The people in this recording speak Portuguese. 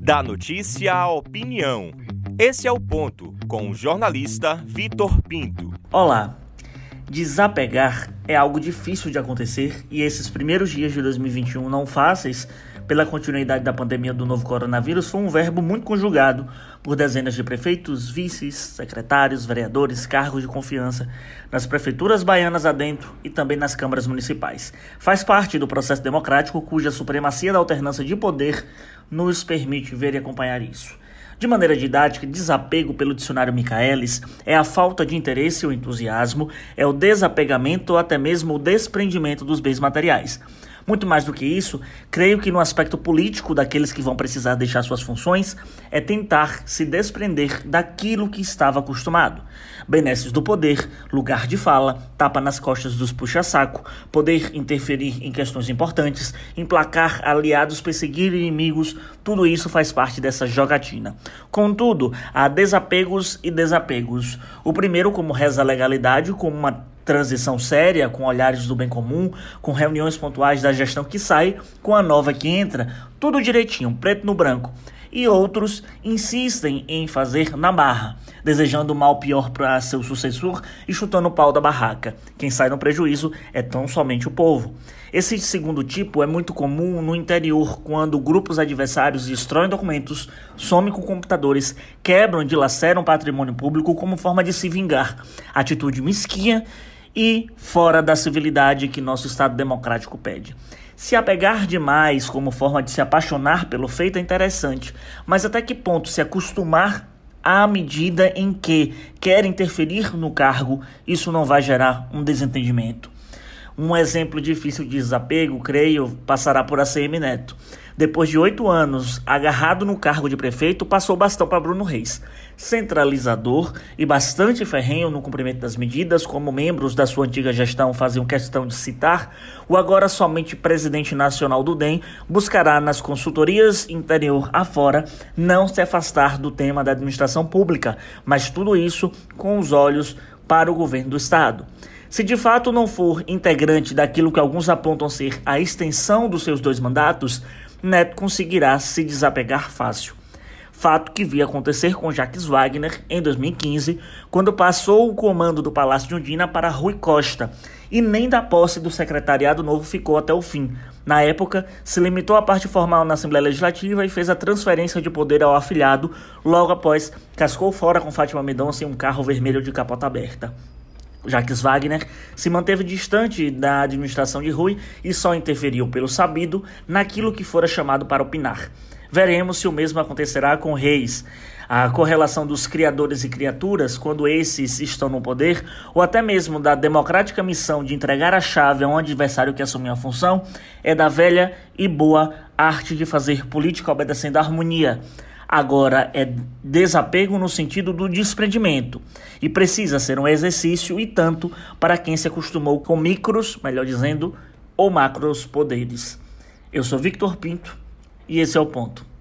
Da notícia à opinião. Esse é o ponto, com o jornalista Vitor Pinto. Olá. Desapegar é algo difícil de acontecer e esses primeiros dias de 2021 não fáceis, pela continuidade da pandemia do novo coronavírus, foi um verbo muito conjugado por dezenas de prefeitos, vices, secretários, vereadores, cargos de confiança nas prefeituras baianas adentro e também nas câmaras municipais. Faz parte do processo democrático cuja supremacia da alternância de poder nos permite ver e acompanhar isso. De maneira didática, desapego pelo dicionário Michaelis é a falta de interesse ou entusiasmo, é o desapegamento ou até mesmo o desprendimento dos bens materiais. Muito mais do que isso, creio que no aspecto político daqueles que vão precisar deixar suas funções, é tentar se desprender daquilo que estava acostumado. Benesses do poder, lugar de fala, tapa nas costas dos puxa-saco, poder interferir em questões importantes, emplacar aliados, perseguir inimigos, tudo isso faz parte dessa jogatina. Contudo, há desapegos e desapegos. O primeiro, como reza a legalidade, como uma transição séria, com olhares do bem comum, com reuniões pontuais da gestão que sai, com a nova que entra, tudo direitinho, preto no branco. E outros insistem em fazer na marra, desejando o mal pior para seu sucessor e chutando o pau da barraca. Quem sai no prejuízo é tão somente o povo. Esse segundo tipo é muito comum no interior, quando grupos adversários destroem documentos, somem com computadores, quebram e dilaceram patrimônio público como forma de se vingar. Atitude mesquinha e fora da civilidade que nosso Estado democrático pede. Se apegar demais como forma de se apaixonar pelo feito é interessante, mas até que ponto se acostumar à medida em que quer interferir no cargo, isso não vai gerar um desentendimento? Um exemplo difícil de desapego, creio, passará por ACM Neto. Depois de 8 anos agarrado no cargo de prefeito, passou o bastão para Bruno Reis. Centralizador e bastante ferrenho no cumprimento das medidas, como membros da sua antiga gestão faziam questão de citar, o agora somente presidente nacional do DEM buscará nas consultorias interior afora não se afastar do tema da administração pública, mas tudo isso com os olhos para o governo do Estado. Se de fato não for integrante daquilo que alguns apontam ser a extensão dos seus 2 mandatos, Neto conseguirá se desapegar fácil. Fato que vi acontecer com Jacques Wagner em 2015, quando passou o comando do Palácio de Undina para Rui Costa, e nem da posse do secretariado novo ficou até o fim. Na época, se limitou à parte formal na Assembleia Legislativa e fez a transferência de poder ao afilhado, logo após cascou fora com Fátima Mendonça em um carro vermelho de capota aberta. Jacques Wagner se manteve distante da administração de Rui e só interferiu pelo sabido naquilo que fora chamado para opinar. Veremos se o mesmo acontecerá com Reis. A correlação dos criadores e criaturas, quando esses estão no poder, ou até mesmo da democrática missão de entregar a chave a um adversário que assumiu a função, é da velha e boa arte de fazer política obedecendo à harmonia. Agora é desapego no sentido do desprendimento e precisa ser um exercício e tanto para quem se acostumou com micros, melhor dizendo, ou macros poderes. Eu sou Victor Pinto e esse é o ponto.